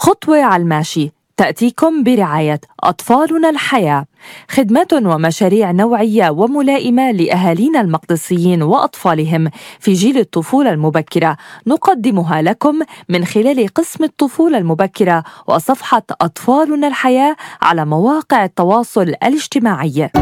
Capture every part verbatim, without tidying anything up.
خطوة على الماشي تأتيكم برعاية أطفالنا الحياة، خدمات ومشاريع نوعية وملائمة لأهالينا المقدسيين وأطفالهم في جيل الطفولة المبكرة، نقدمها لكم من خلال قسم الطفولة المبكرة وصفحة أطفالنا الحياة على مواقع التواصل الاجتماعي.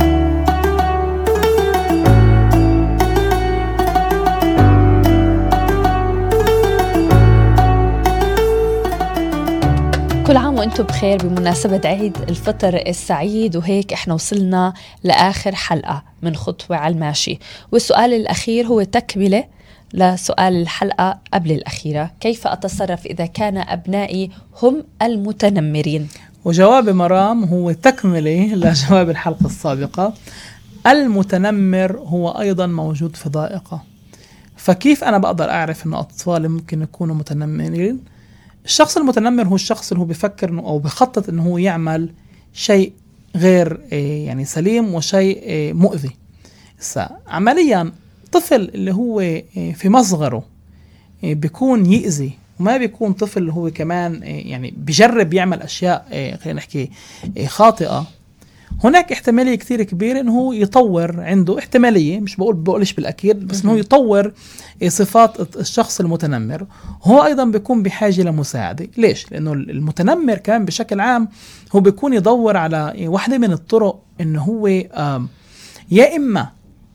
كل عام وانتم بخير بمناسبة عيد الفطر السعيد. وهيك احنا وصلنا لآخر حلقة من خطوة على الماشي، والسؤال الأخير هو تكملة لسؤال الحلقة قبل الأخيرة: كيف أتصرف إذا كان أبنائي هم المتنمرين؟ وجواب مرام هو تكملة لجواب الحلقة السابقة. المتنمر هو أيضا موجود في ضائقة. فكيف أنا بقدر أعرف أن أطفالي ممكن يكونوا متنمرين؟ الشخص المتنمر هو الشخص اللي هو بيفكر إنه أو بيخطط إنه هو يعمل شيء غير يعني سليم وشيء مؤذي. عمليا طفل اللي هو في مصغره بيكون يأذي، وما بيكون طفل اللي هو كمان يعني بيجرب يعمل أشياء خلينا نحكي خاطئة. هناك احتمالية كتير كبيرة إنه هو يطور عنده احتمالية، مش بقول بقولش بالأكيد، بس إنه يطور صفات الشخص المتنمر. هو أيضا بيكون بحاجة لمساعدة. ليش؟ لأنه المتنمر كمان بشكل عام هو بيكون يدور على واحدة من الطرق إنه هو يا إما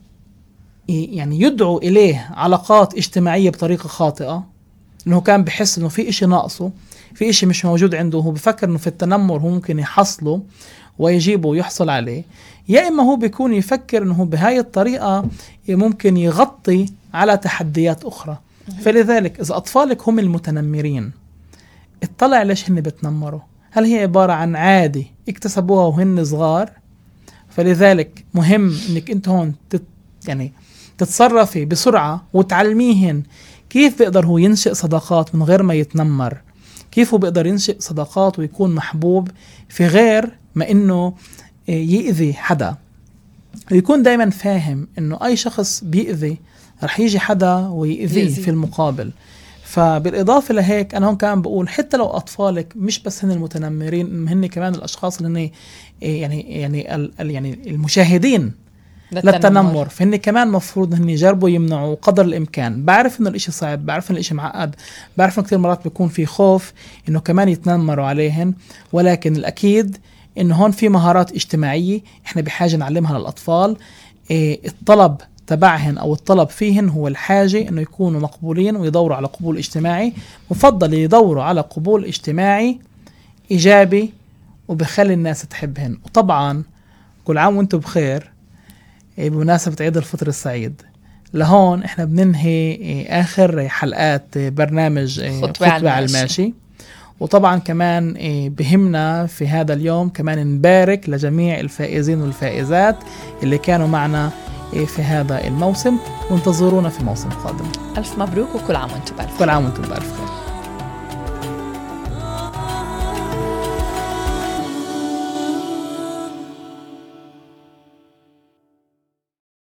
يعني يدعو إليه علاقات اجتماعية بطريقة خاطئة، إنه كان بحس إنه في إشي ناقصه، في إشي مش موجود عنده، هو بفكر إنه في التنمر هو ممكن يحصله ويجيبه ويحصل عليه. يا إما هو بيكون يفكر إنه بهاي الطريقة ممكن يغطي على تحديات أخرى. فلذلك إذا أطفالك هم المتنمرين، اطلع ليش هن بتنمروا. هل هي عبارة عن عادة اكتسبوها وهن صغار؟ فلذلك مهم إنك أنت هون تت يعني تتصرفي بسرعة وتعلميهن كيف بيقدر هو ينشئ صداقات من غير ما يتنمر، كيف هو بيقدر ينشئ صداقات ويكون محبوب في غير ما إنه يؤذي حدا. ويكون دايما فاهم إنه أي شخص بيؤذي رح يجي حدا ويؤذيه في المقابل. فبالإضافة لهيك أنا هون كمان بقول حتى لو أطفالك مش بس هن المتنمرين، هن كمان الأشخاص اللي يعني يعني ال يعني المشاهدين للتنمر، فهن كمان مفروض هن يجربوا يمنعوا قدر الإمكان. بعرف إنه الإشي صعب، بعرف إنه الإشي معقد، بعرف إنه كتير مرات بيكون في خوف إنه كمان يتنمروا عليهن، ولكن الأكيد إنه هون في مهارات اجتماعية إحنا بحاجة نعلمها للأطفال. إيه الطلب تبعهن أو الطلب فيهن هو الحاجة إنه يكونوا مقبولين ويدوروا على قبول اجتماعي. مفضل يدوروا على قبول اجتماعي إيجابي وبخلي الناس تحبهن. وطبعا كل عام وانتم بخير بمناسبة عيد الفطر السعيد. لهون احنا بننهي آخر حلقات برنامج خطوة على الماشي. وطبعا كمان بهمنا في هذا اليوم كمان نبارك لجميع الفائزين والفائزات اللي كانوا معنا في هذا الموسم، وانتظرونا في موسم قادم. ألف مبروك وكل عام وانتم بألف كل عام وانتم بألف خير.